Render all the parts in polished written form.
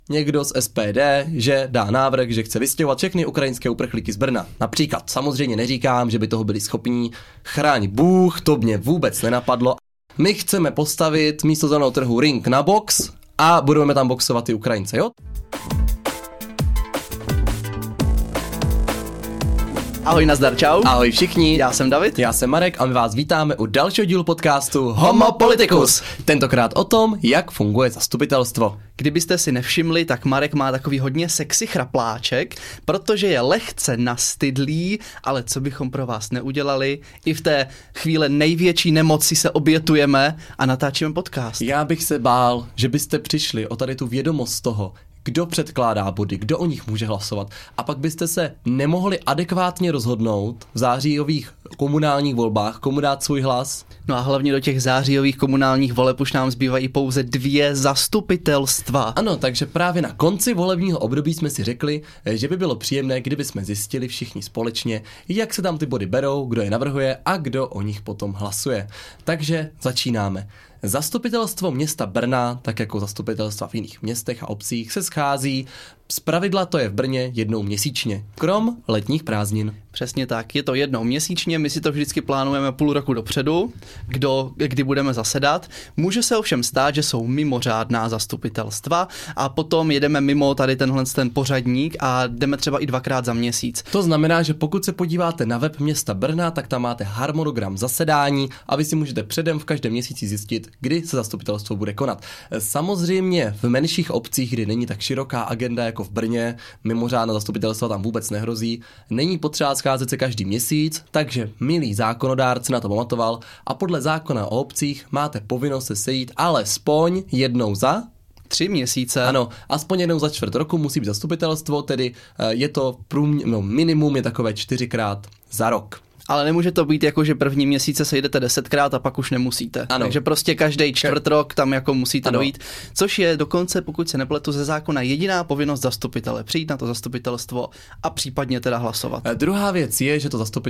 někdo z SPD, že dá návrh, že chce vystěhovat všechny ukrajinské uprchlíky z Brna. Například, samozřejmě neříkám, že by toho byli schopní, chráň Bůh, to mě vůbec nenapadlo. My chceme postavit místo zeleného trhu ring na box a budeme tam boxovat ty Ukrajince, jo? Ahoj, nazdar, čau. Ahoj všichni. Já jsem David. Já jsem Marek a my vás vítáme u dalšího dílu podcastu Homo Politicus. Tentokrát o tom, jak funguje zastupitelstvo. Kdybyste si nevšimli, tak Marek má takový hodně sexy chrapláček, protože je lehce nastydlý, ale co bychom pro vás neudělali, i v té chvíli největší nemoci se obětujeme a natáčíme podcast. Já bych se bál, že byste přišli o tady tu vědomost z toho, kdo předkládá body, kdo o nich může hlasovat. A pak byste se nemohli adekvátně rozhodnout v zářijových komunálních volbách, komu dát svůj hlas. No a hlavně do těch zářijových komunálních voleb už nám zbývají pouze 2 zastupitelstva. Ano, takže právě na konci volebního období jsme si řekli, že by bylo příjemné, kdyby jsme zjistili všichni společně, jak se tam ty body berou, kdo je navrhuje a kdo o nich potom hlasuje. Takže začínáme. Zastupitelstvo města Brna, tak jako zastupitelstva v jiných městech a obcích, se schází. Zpravidla to je v Brně jednou měsíčně, krom letních prázdnin. Přesně tak, je to jednou měsíčně, my si to vždycky plánujeme půl roku dopředu, kdy budeme zasedat. Může se ovšem stát, že jsou mimořádná zastupitelstva a potom jedeme mimo tady ten pořadník a jdeme třeba i 2krát za měsíc. To znamená, že pokud se podíváte na web města Brna, tak tam máte harmonogram zasedání a vy si můžete předem v každém měsíci zjistit, kdy se zastupitelstvo bude konat. Samozřejmě v menších obcích, kdy není tak široká agenda jako v Brně, mimořádná zastupitelstva tam vůbec nehrozí, není potřeba scházet se každý měsíc, takže milý zákonodárce na to pamatoval a podle zákona o obcích máte povinnost se sejít alespoň jednou za 3 měsíce. Ano, aspoň jednou za čtvrt roku musí být zastupitelstvo, tedy je to minimum je takové 4krát za rok. Ale nemůže to být jako, že první měsíce sejdete 10krát a pak už nemusíte. Ano. Takže prostě každý čtvrt rok tam jako musíte dojít. Což je dokonce, pokud se nepletu, ze zákona jediná povinnost zastupitele. Přijít na to zastupitelstvo a případně teda hlasovat. Druhá věc je, že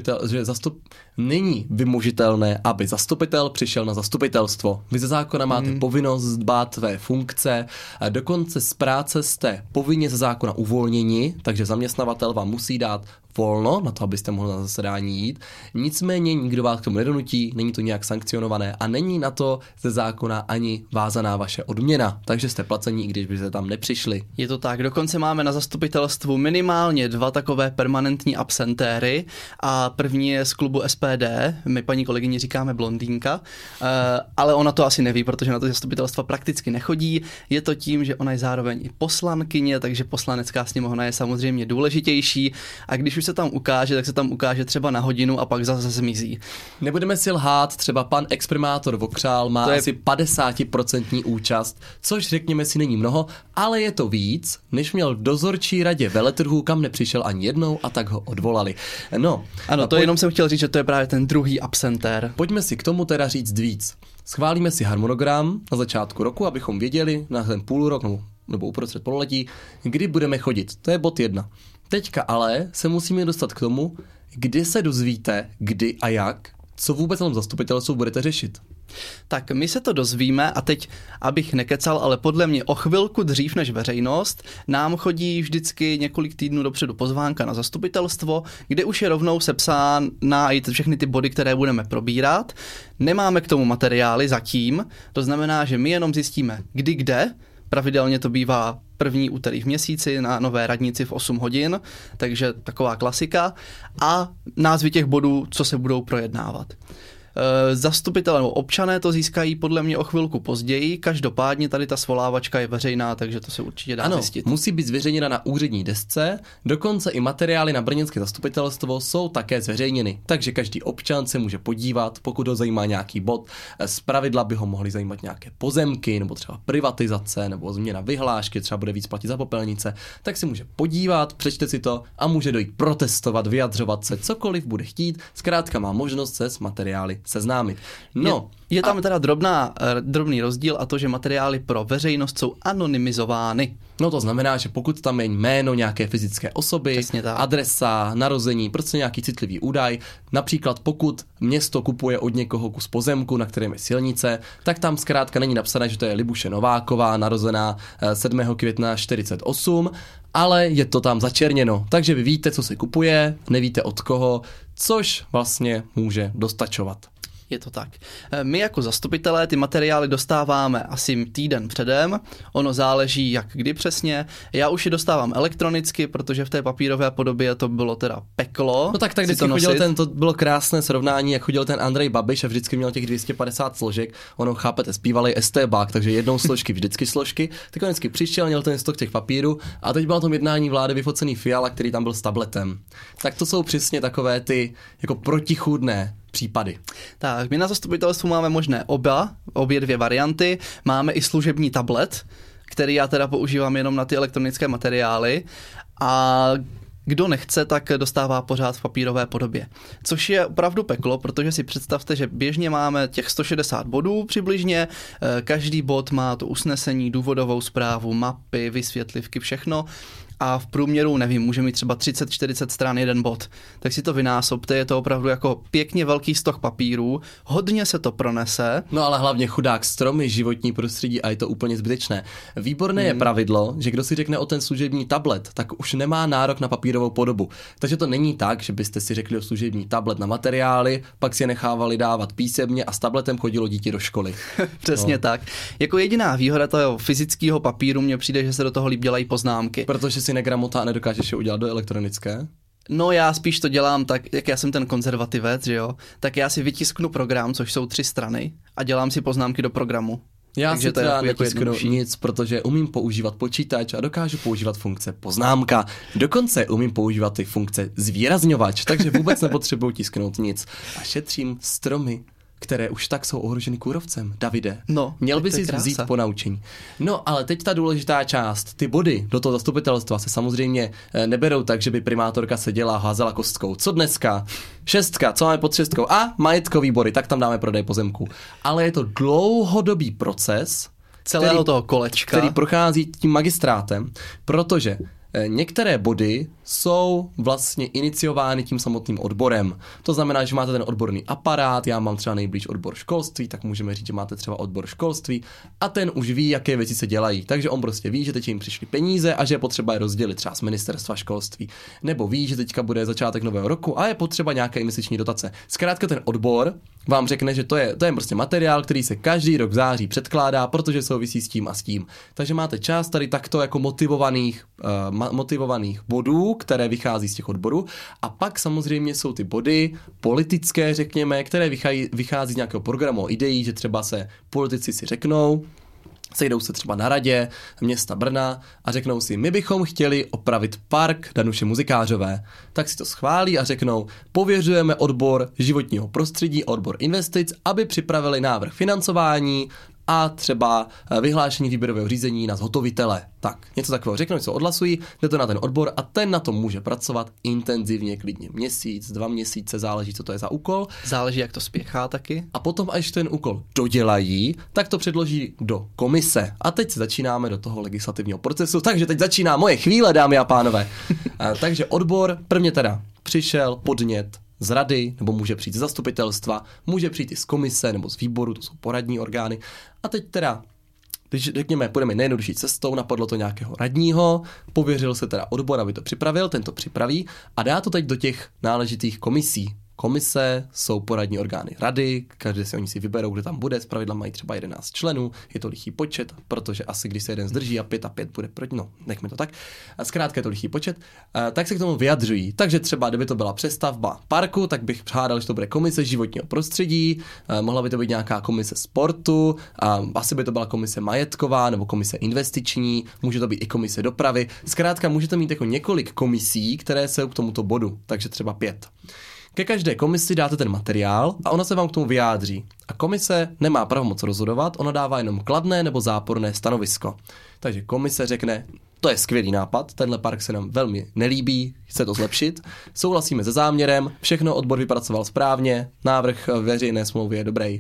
není vymožitelné, aby zastupitel přišel na zastupitelstvo. Vy ze zákona máte povinnost dbát své funkce, dokonce z práce jste povinně ze zákona uvolněni, takže zaměstnavatel vám musí dát volno na to, abyste mohli na zasedání jít. Nicméně nikdo vás k tomu nedonutí, není to nějak sankcionované a není na to ze zákona ani vázaná vaše odměna, takže jste placení, i když byste tam nepřišli. Je to tak, dokonce máme na zastupitelstvu minimálně 2 takové permanentní absentéry a první je z klubu SPD, my paní kolegyni říkáme blondýnka, ale ona to asi neví, protože na to zastupitelstva prakticky nechodí. Je to tím, že ona je zároveň i poslankyně, takže poslanecká sněmovna je samozřejmě důležitější a když už se tam ukáže, tak se tam ukáže třeba na hodinu a pak zase zmizí. Nebudeme si lhát, třeba pan exprimátor Vokřál má asi 50% účast, což řekněme si není mnoho, ale je to víc, než měl v dozorčí radě veletrhů, kam nepřišel ani jednou a tak ho odvolali. No. Ano, to jenom jsem chtěl říct, že to je právě ten druhý absentér. Pojďme si k tomu teda říct víc. Schválíme si harmonogram na začátku roku, abychom věděli na ten půl rok nebo uprostřed pololetí, kdy budeme chodit. To je bod 1. Teďka ale se musíme dostat k tomu, kdy se dozvíte, kdy a jak, co vůbec na tom zastupitelstvu budete řešit. Tak my se to dozvíme a teď, abych nekecal, ale podle mě o chvilku dřív než veřejnost, nám chodí vždycky několik týdnů dopředu pozvánka na zastupitelstvo, kde už je rovnou sepsána i všechny ty body, které budeme probírat. Nemáme k tomu materiály zatím, to znamená, že my jenom zjistíme, kdy kde. Pravidelně to bývá první úterý v měsíci na Nové radnici v 8 hodin, takže taková klasika. A názvy těch bodů, co se budou projednávat. Zastupitelé nebo občané to získají podle mě o chvilku později, každopádně tady ta svolávačka je veřejná, takže to se určitě dá zjistit. Musí být zveřejněna na úřední desce, dokonce i materiály na brněnské zastupitelstvo jsou také zveřejněny, takže každý občan se může podívat, pokud ho zajímá nějaký bod. Zpravidla by ho mohly zajímat nějaké pozemky, nebo třeba privatizace, nebo změna vyhlášky, třeba bude víc platit za popelnice, tak si může podívat, přečte si to a může dojít protestovat, vyjadřovat se, cokoliv bude chtít, zkrátka má možnost se s materiály seznámit. No, je tam teda drobný rozdíl a to, že materiály pro veřejnost jsou anonymizovány. No to znamená, že pokud tam je jméno nějaké fyzické osoby, adresa, narození, prostě nějaký citlivý údaj, například pokud město kupuje od někoho kus pozemku, na kterém je silnice, tak tam zkrátka není napsané, že to je Libuše Nováková, narozená 7. května 48, ale je to tam začerněno. Takže vy víte, co se kupuje, nevíte od koho, což vlastně může dostačovat. Je to tak. My jako zastupitelé ty materiály dostáváme asi týden předem, ono záleží jak kdy přesně. Já už je dostávám elektronicky, protože v té papírové podobě to bylo teda peklo. No tak vždycky chodil to bylo krásné srovnání, jak chodil ten Andrej Babiš a vždycky měl těch 250 složek. Ono, chápete, zpívali STBák, takže jednou složky, vždycky složky. Tak on vždycky přišel, měl ten stok těch papírů a teď byl na tom jednání vlády vyfocený Fiala, který tam byl s tabletem. Tak to jsou přesně takové ty jako protichůdné případy. Tak, my na zastupitelstvu máme možné obě dvě varianty. Máme i služební tablet, který já teda používám jenom na ty elektronické materiály a kdo nechce, tak dostává pořád v papírové podobě. Což je opravdu peklo, protože si představte, že běžně máme těch 160 bodů přibližně, každý bod má to usnesení, důvodovou zprávu, mapy, vysvětlivky, všechno. A v průměru, nevím, může mít třeba 30-40 stran jeden bod. Tak si to vynásobte, je to opravdu jako pěkně velký stok papírů, hodně se to pronese. No ale hlavně chudák stromy, životní prostředí a je to úplně zbytečné. Výborné je pravidlo, že kdo si řekne o ten služební tablet, tak už nemá nárok na papírovou podobu. Takže to není tak, že byste si řekli o služební tablet na materiály, pak si je nechávali dávat písemně a s tabletem chodilo dítě do školy. Přesně tak. Jako jediná výhoda toho fyzického papíru mně přijde, že se do toho líp dělají poznámky. Protože si negramota a nedokážeš je udělat do elektronické? No já spíš to dělám tak, jak já jsem ten konzervativec, že jo, tak já si vytisknu program, což jsou 3 strany a dělám si poznámky do programu. Já si teda netisknu nic, protože umím používat počítač a dokážu používat funkce poznámka. Dokonce umím používat ty funkce zvýrazňovač, takže vůbec nepotřebuji tisknout nic. A šetřím stromy, které už tak jsou ohroženy kůrovcem. Davide, měl by si vzít ponaučení. No, ale teď ta důležitá část. Ty body do toho zastupitelstva se samozřejmě neberou tak, že by primátorka seděla a házela kostkou. Co dneska? 6, co máme pod 6? A majetkový body, tak tam dáme prodej pozemků. Ale je to dlouhodobý proces celého toho kolečka, který prochází tím magistrátem, protože některé body jsou vlastně iniciovány tím samotným odborem. To znamená, že máte ten odborný aparát, já mám třeba nejblíž odbor školství, tak můžeme říct, že máte třeba odbor školství a ten už ví, jaké věci se dělají. Takže on prostě ví, že teď jim přišly peníze a že je potřeba je rozdělit třeba z ministerstva školství. Nebo ví, že teďka bude začátek nového roku a je potřeba nějaké investiční dotace. Zkrátka ten odbor vám řekne, že to je prostě materiál, který se každý rok v září předkládá, protože souvisí s tím a s tím. Takže máte část tady takto jako motivovaných bodů, které vychází z těch odborů a pak samozřejmě jsou ty body politické, řekněme, které vychází z nějakého programu ideí, že třeba se politici si řeknou, sejdou se třeba na radě města Brna a řeknou si, my bychom chtěli opravit park Danuše Muzikářové. Tak si to schválí a řeknou, pověřujeme odbor životního prostředí, odbor investic, aby připravili návrh financování a třeba vyhlášení výběrového řízení na zhotovitele. Tak, něco takového řeknou, co odhlasují, jde to na ten odbor a ten na tom může pracovat intenzivně, klidně měsíc, 2 měsíce, záleží, co to je za úkol. Záleží, jak to spěchá taky. A potom, až ten úkol dodělají, tak to předloží do komise. A teď se začínáme do toho legislativního procesu, takže teď začíná moje chvíle, dámy a pánové. Takže odbor prvně teda přišel podnět z rady, nebo může přijít z zastupitelstva, může přijít i z komise nebo z výboru, to jsou poradní orgány. A teď teda, když řekněme, půjdeme nejjednodušší cestou, napadlo to nějakého radního, pověřil se teda odbor, aby to připravil, ten to připraví a dá to teď do těch náležitých komisí. Komise jsou poradní orgány rady, každý si oni si vyberou, kdo tam bude, zpravidla mají třeba 11 členů, je to lichý počet, protože asi když se jeden zdrží a 5 bude proti, no nechme to tak, a zkrátka je to lichý počet, tak se k tomu vyjadřují. Takže třeba, kdyby to byla přestavba parku, tak bych přádal, že to bude komise životního prostředí, mohla by to být nějaká komise sportu, asi by to byla komise majetková nebo komise investiční, může to být i komise dopravy. Zkrátka můžete mít jako několik komisí, které jsou k tomuto bodu, takže třeba 5. Ke každé komisi dáte ten materiál a ona se vám k tomu vyjádří. A komise nemá pravomoc rozhodovat, ona dává jenom kladné nebo záporné stanovisko. Takže komise řekne, to je skvělý nápad, tenhle park se nám velmi nelíbí, chce to zlepšit, souhlasíme se záměrem, všechno odbor vypracoval správně, návrh veřejné smlouvy je dobrý.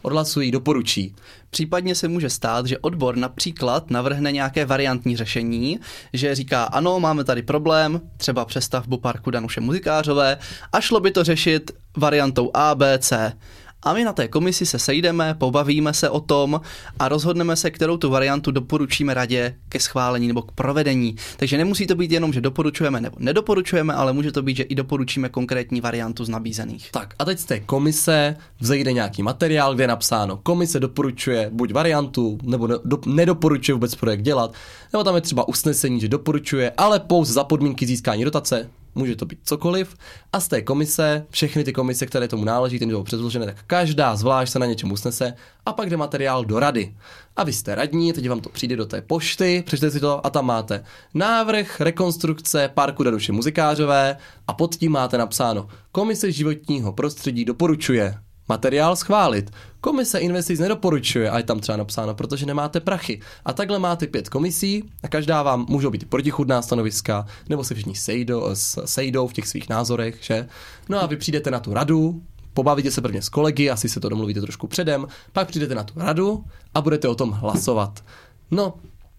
odhlasují, doporučí. Případně se může stát, že odbor například navrhne nějaké variantní řešení, že říká, ano, máme tady problém, třeba přestavbu parku Danuše Muzikářové a šlo by to řešit variantou A, B, C. A my na té komisi se sejdeme, pobavíme se o tom a rozhodneme se, kterou tu variantu doporučíme radě ke schválení nebo k provedení. Takže nemusí to být jenom, že doporučujeme nebo nedoporučujeme, ale může to být, že i doporučíme konkrétní variantu z nabízených. Tak a teď z té komise vzejde nějaký materiál, kde je napsáno, komise doporučuje buď variantu, nebo nedoporučuje vůbec projekt dělat, nebo tam je třeba usnesení, že doporučuje, ale pouze za podmínky získání dotace. Může to být cokoliv. A z té komise, všechny ty komise, které tomu náleží, ty jsou předložené, tak každá zvlášť se na něčem usnese a pak jde materiál do rady. A vy jste radní, teď vám to přijde do té pošty, přečtete si to a tam máte návrh rekonstrukce parku Danuše Muzikářové a pod tím máte napsáno Komise životního prostředí doporučuje materiál schválit. Komise investic nedoporučuje a je tam třeba napsáno, protože nemáte prachy. A takhle máte 5 komisí a každá vám můžou být protichůdná stanoviska, nebo se všichni sejdou v těch svých názorech, že? No a vy přijdete na tu radu, pobavíte se prvně s kolegy, asi se to domluvíte trošku předem, pak přijdete na tu radu a budete o tom hlasovat. No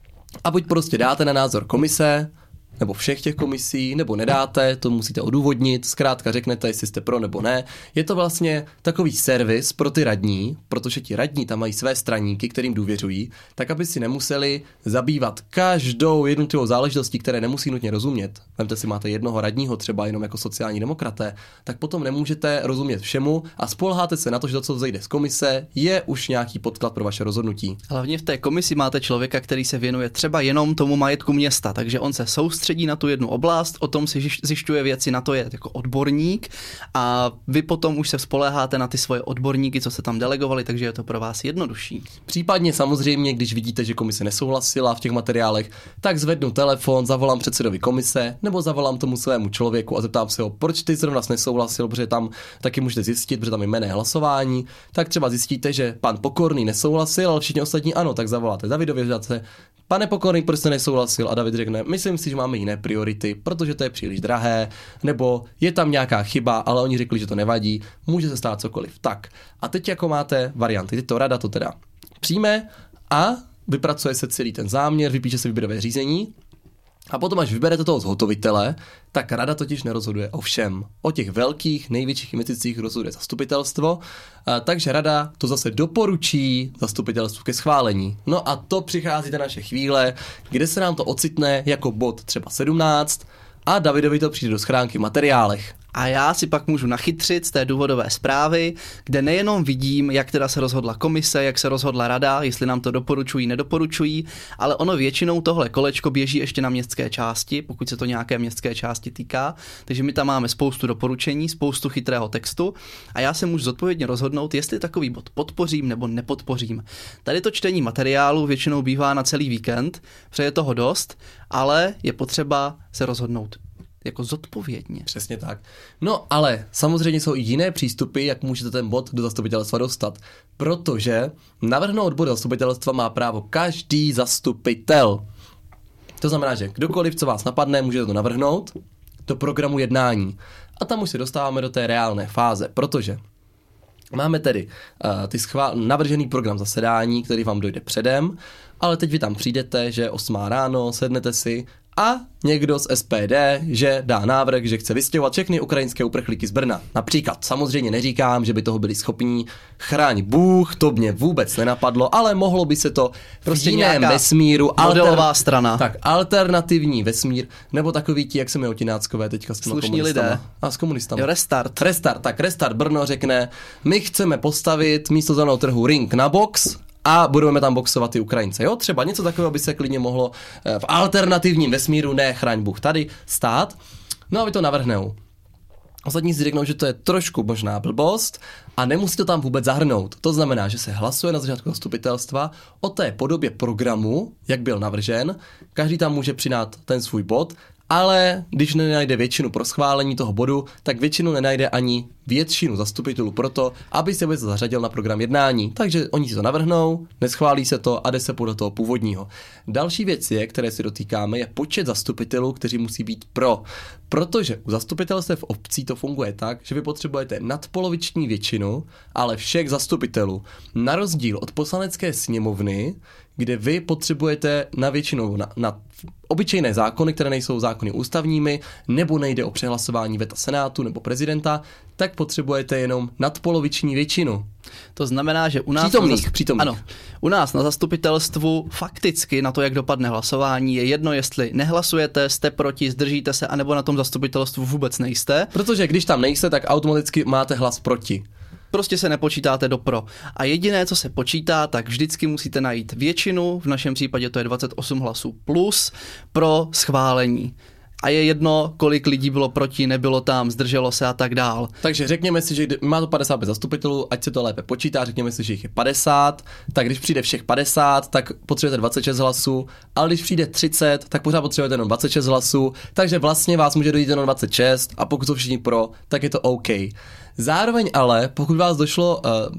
a buď prostě dáte na názor komise, nebo všech těch komisí, nebo nedáte, to musíte odůvodnit, zkrátka řeknete, jestli jste pro nebo ne. Je to vlastně takový servis pro ty radní, protože ti radní tam mají své straníky, kterým důvěřují, tak aby si nemuseli zabývat každou jednotlivou záležitostí, které nemusí nutně rozumět. Vemte si, máte jednoho radního třeba jenom jako sociální demokraté, tak potom nemůžete rozumět všemu a spoléháte se na to, že to, co vzejde z komise, je už nějaký podklad pro vaše rozhodnutí. Hlavně v té komisi máte člověka, který se věnuje třeba jenom tomu majetku města, takže on se soustředí na tu jednu oblast, o tom si zjišťuje věci, na to je jako odborník a vy potom už se spoléháte na ty svoje odborníky, co se tam delegovali, takže je to pro vás jednodušší. Případně samozřejmě, když vidíte, že komise nesouhlasila v těch materiálech, tak zvednu telefon, zavolám předsedovi komise nebo zavolám tomu svému člověku a zeptám se ho, proč ty zrovna nesouhlasil, protože tam taky můžete zjistit, protože tam je jmenné hlasování, tak třeba zjistíte, že pan Pokorný nesouhlasil, ale všichni ostatní ano, tak zavoláte Davidovi, říkáte, pane Pokorný, proč jste nesouhlasil? A David řekne, myslím si, že máme jiné priority, protože to je příliš drahé, nebo je tam nějaká chyba, ale oni řekli, že to nevadí, může se stát cokoliv. Tak, a teď jako máte varianty, teď to rada to teda přijme a vypracuje se celý ten záměr, vypíše se výběrové řízení a potom, až vyberete toho zhotovitele, tak rada totiž nerozhoduje o všem. O těch velkých, největších investicích rozhoduje zastupitelstvo, takže rada to zase doporučí zastupitelstvu ke schválení. No a to přichází ta naše chvíle, kde se nám to ocitne jako bod třeba 17 a Davidovi to přijde do schránky v materiálech. A já si pak můžu nachytřit z té důvodové zprávy, kde nejenom vidím, jak teda se rozhodla komise, jak se rozhodla rada, jestli nám to doporučují, nedoporučují, ale ono většinou tohle kolečko běží ještě na městské části, pokud se to nějaké městské části týká, takže my tam máme spoustu doporučení, spoustu chytrého textu a já se můžu zodpovědně rozhodnout, jestli takový bod podpořím nebo nepodpořím. Tady to čtení materiálu většinou bývá na celý víkend, protože je toho dost, ale je potřeba se rozhodnout jako zodpovědně. Přesně tak. No ale samozřejmě jsou i jiné přístupy, jak můžete ten bod do zastupitelstva dostat. Protože navrhnout bod do zastupitelstva má právo každý zastupitel. To znamená, že kdokoliv, co vás napadne, můžete to navrhnout do programu jednání. A tam už se dostáváme do té reálné fáze, protože máme tedy navržený program zasedání, který vám dojde předem, ale teď vy tam přijdete, že 8 ráno, sednete si a někdo z SPD, že dá návrh, že chce vystěhovat všechny ukrajinské uprchlíky z Brna. Například, samozřejmě neříkám, že by toho byli schopní, chráň Bůh, to mě vůbec nenapadlo, ale mohlo by se to prostě v jiném vesmíru. Modelová strana. Tak, alternativní vesmír, nebo takový ti, jak se jmenují tináckové teďka s těma slušní lidé. A s komunistama. Jo, Restart. Tak Restart Brno řekne, my chceme postavit místo zeleného trhu ring na box, a budeme tam boxovat ty Ukrajince. Jo, třeba něco takového by se klidně mohlo v alternativním vesmíru, ne chraň Bůh, tady stát. No a vy to navrhnou. Ostatní si řeknou, že to je trošku možná blbost a nemusí to tam vůbec zahrnout. To znamená, že se hlasuje na začátku zastupitelstva o té podobě programu, jak byl navržen. Každý tam může přinát ten svůj bod ale když nenajde většinu pro schválení toho bodu, tak většinu nenajde ani většinu zastupitelů proto, aby se vůbec zařadil na program jednání. Takže oni si to navrhnou, neschválí se to a jde se podle toho původního. Další věc je, které si dotýkáme, je počet zastupitelů, kteří musí být pro. Protože u zastupitelstv v obcí to funguje tak, že vy potřebujete nadpoloviční většinu, ale všech zastupitelů. Na rozdíl od poslanecké sněmovny, kde vy potřebujete na většinu na obyčejné zákony, které nejsou zákony ústavními, nebo nejde o přehlasování veta senátu nebo prezidenta, tak potřebujete jenom nadpoloviční většinu. To znamená, že u nás přítomných. Ano, u nás na zastupitelstvu fakticky na to, jak dopadne hlasování, je jedno, jestli nehlasujete, jste proti, zdržíte se, anebo na tom zastupitelstvu vůbec nejste. Protože když tam nejste, tak automaticky máte hlas proti. Prostě se nepočítáte do pro. A jediné, co se počítá, tak vždycky musíte najít většinu, v našem případě to je 28 hlasů plus, pro schválení. A je jedno, kolik lidí bylo proti, nebylo tam, zdrželo se a tak dál. Takže řekněme si, že má to 55 zastupitelů, ať se to lépe počítá, řekněme si, že jich je 50, tak když přijde všech 50, tak potřebujete 26 hlasů, ale když přijde 30, tak pořád potřebujete jenom 26 hlasů, takže vlastně vás může dojít jenom 26 a pokud jsou všichni pro, tak je to OK. Zároveň ale, pokud vás došlo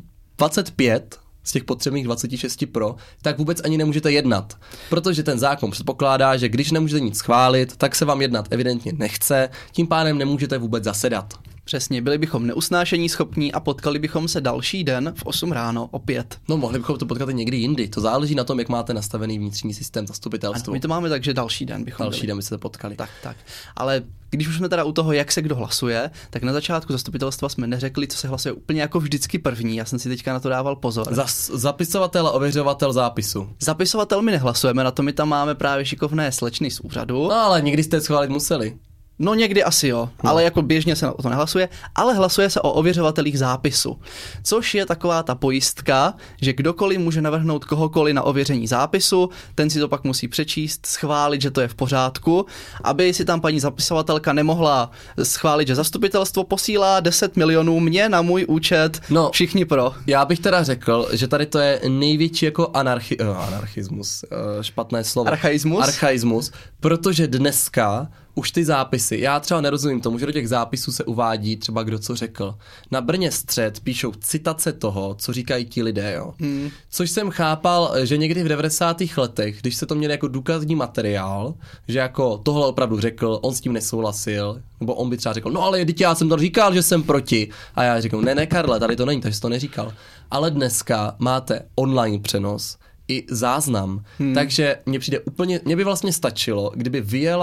25 z těch potřebných 26 pro, tak vůbec ani nemůžete jednat. Protože ten zákon předpokládá, že když nemůžete nic schválit, tak se vám jednat evidentně nechce, tím pádem nemůžete vůbec zasedat. Přesně, byli bychom neusnášení schopní a potkali bychom se další den v 8 ráno opět. No, mohli bychom to potkat i někdy jindy. To záleží na tom, jak máte nastavený vnitřní systém zastupitelstva. My to máme tak, že další den bychom Další den by se potkali. Tak. Ale když už jsme teda u toho, jak se kdo hlasuje, tak na začátku zastupitelstva jsme neřekli, co se hlasuje úplně jako vždycky první. Já jsem si teďka na to dával pozor. Zapisovatel a ověřovatel zápisu. Zapisovatel my nehlasujeme, na to my tam máme právě šikovné slečny z úřadu. No, ale nikdy jste schválit museli. No někdy asi jo, ale jako běžně se o to nehlasuje, ale hlasuje se o ověřovatelích zápisu, což je taková ta pojistka, že kdokoliv může navrhnout kohokoliv na ověření zápisu, ten si to pak musí přečíst, schválit, že to je v pořádku, aby si tam paní zapisovatelka nemohla schválit, že zastupitelstvo posílá 10 milionů mě na můj účet, no, všichni pro. Já bych teda řekl, že tady to je největší jako anarchismus, špatné slovo. Archaismus, protože dneska už ty zápisy, já třeba nerozumím tomu, že do těch zápisů se uvádí třeba kdo co řekl. Na Brně střed píšou citace toho, co říkají ti lidé, jo. Což jsem chápal, že někdy v 90. letech, když se to měli jako důkazní materiál, že jako tohle opravdu řekl, on s tím nesouhlasil, nebo on by třeba řekl, no ale teď já jsem to říkal, že jsem proti. A já říkám, ne Karle, tady to není, takže jsi to neříkal. Ale dneska máte online přenos i záznam, takže mně by vlastně stačilo, kdyby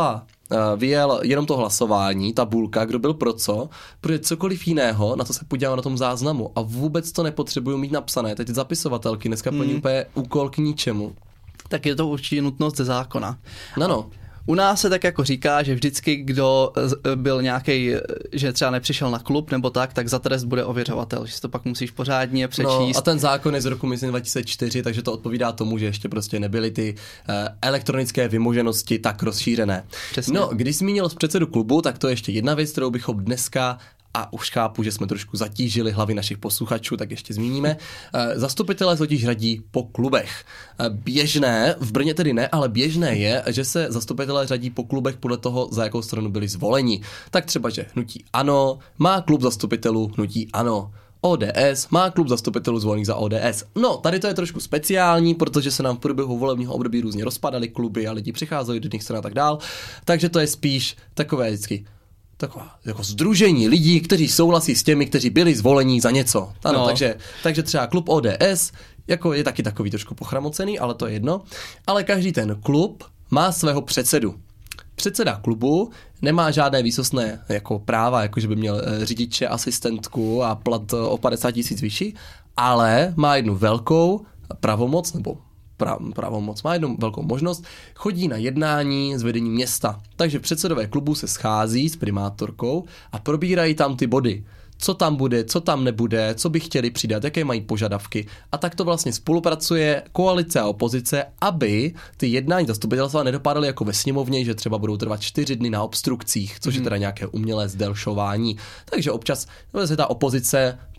vyjel jenom to hlasování, tabulka, kdo byl pro co, protože cokoliv jiného, na to se podívám na tom záznamu a vůbec to nepotřebuju mít napsané. Teď zapisovatelky dneska plní úplně úkol k ničemu. Tak je to určitě nutnost ze zákona. No. U nás se tak jako říká, že vždycky, kdo byl nějaký, že třeba nepřišel na klub nebo tak za trest bude ověřovatel, že si to pak musíš pořádně přečíst. No a ten zákon je z roku, myslím, 2004, takže to odpovídá tomu, že ještě prostě nebyly ty elektronické vymoženosti tak rozšířené. Přesně. No, když zmínil z předsedu klubu, tak to je ještě jedna věc, kterou bychom dneska, a už chápu, že jsme trošku zatížili hlavy našich posluchačů, tak ještě zmíníme. Zastupitelé totiž řadí po klubech. Běžné, v Brně tedy ne, ale běžné je, že se zastupitelé řadí po klubech podle toho, za jakou stranu byli zvoleni. Tak třeba, že hnutí ANO má klub zastupitelů hnutí ANO. ODS má klub zastupitelů zvolených za ODS. No, tady to je trošku speciální, protože se nám v průběhu volebního období různě rozpadaly kluby a lidi přicházeli do jiných stran a tak dál. Takže to je spíš takové vždycky taková jako sdružení lidí, kteří souhlasí s těmi, kteří byli zvolení za něco. Ano, no. takže třeba klub ODS jako je taky takový trošku pochramocený, ale to je jedno. Ale každý ten klub má svého předsedu. Předseda klubu nemá žádné výsostné jako práva, jako že by měl řidiče, asistentku a plat o 50 000 vyšší, ale má jednu velkou pravomoc, nebo pravomoc, má jednu velkou možnost, chodí na jednání s vedením města. Takže předsedové klubu se schází s primátorkou a probírají tam ty body. Co tam bude, co tam nebude, co by chtěli přidat, jaké mají požadavky. A tak to vlastně spolupracuje koalice a opozice, aby ty jednání zastupitelstva nedopadaly jako ve sněmovně, že třeba budou trvat 4 dny na obstrukcích, což je teda nějaké umělé zdelšování. Takže občas se ta opozice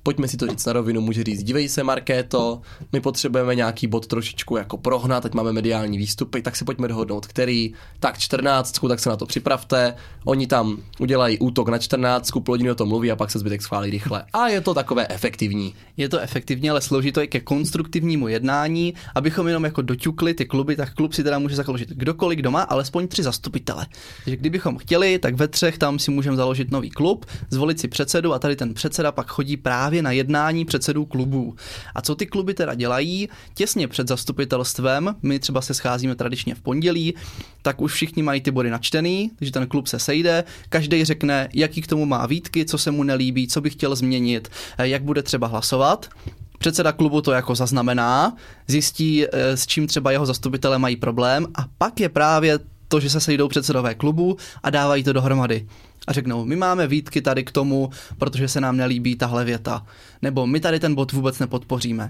pojďme si to říct na rovinu, může říct, dívej se, Markéto, my potřebujeme nějaký bod trošičku jako prohnat, teď máme mediální výstupy, tak si pojďme dohodnout, který, tak 14, tak se na to připravte, oni tam udělají útok na 14, půl hodiny o tom mluví a pak se zbytek schválí rychle. A je to takové efektivní. Je to efektivní, ale slouží to i ke konstruktivnímu jednání, abychom jenom jako doťukli ty kluby, tak klub si teda může založit kdokoliv, kdo má alespoň 3 zastupitele. Takže kdybychom chtěli, tak ve 3 tam si můžeme založit nový klub, zvolit si předsedu a tady ten předseda pak chodí právě na jednání předsedů klubů. A co ty kluby teda dělají? Těsně před zastupitelstvem, my třeba se scházíme tradičně v pondělí, tak už všichni mají ty body načtený, takže ten klub se sejde, každý řekne, jaký k tomu má výtky, co se mu nelíbí, co by chtěl změnit, jak bude třeba hlasovat. Předseda klubu to jako zaznamená, zjistí, s čím třeba jeho zastupitelé mají problém a pak je právě to, že se sejdou předsedové klubu a dávají to dohromady. A řeknou, my máme výtky tady k tomu, protože se nám nelíbí tahle věta. Nebo my tady ten bod vůbec nepodpoříme.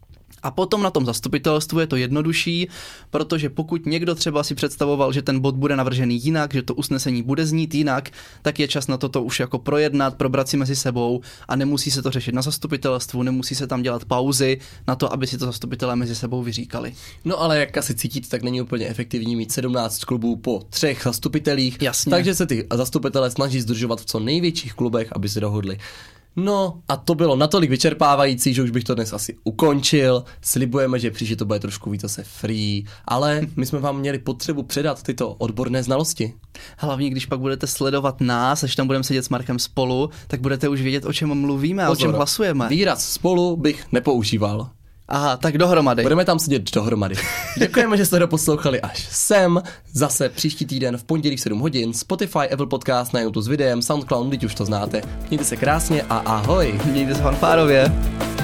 A potom na tom zastupitelstvu je to jednodušší, protože pokud někdo třeba si představoval, že ten bod bude navržený jinak, že to usnesení bude znít jinak, tak je čas na to už jako projednat, probrat si mezi sebou a nemusí se to řešit na zastupitelstvu, nemusí se tam dělat pauzy na to, aby si to zastupitelé mezi sebou vyříkali. No ale jak asi cítíte, tak není úplně efektivní mít 17 klubů po 3 zastupitelích, Jasně. Takže se ty zastupitelé snaží združovat v co největších klubech, aby se dohodli. No a to bylo natolik vyčerpávající, že už bych to dnes asi ukončil. Slibujeme, že příště to bude trošku víc zase free, ale my jsme vám měli potřebu předat tyto odborné znalosti. Hlavně, když pak budete sledovat nás, až tam budeme sedět s Markem spolu, tak budete už vědět, o čem mluvíme a o čem hlasujeme. Výraz spolu bych nepoužíval. Aha, tak dohromady. Budeme tam sedět dohromady. Děkujeme, že jste doposlouchali až sem. Zase příští týden v pondělí v 7 hodin. Spotify, Apple Podcast na YouTube s videem, SoundCloud, teď už to znáte. Mějte se krásně a ahoj. Mějte se fanfárově.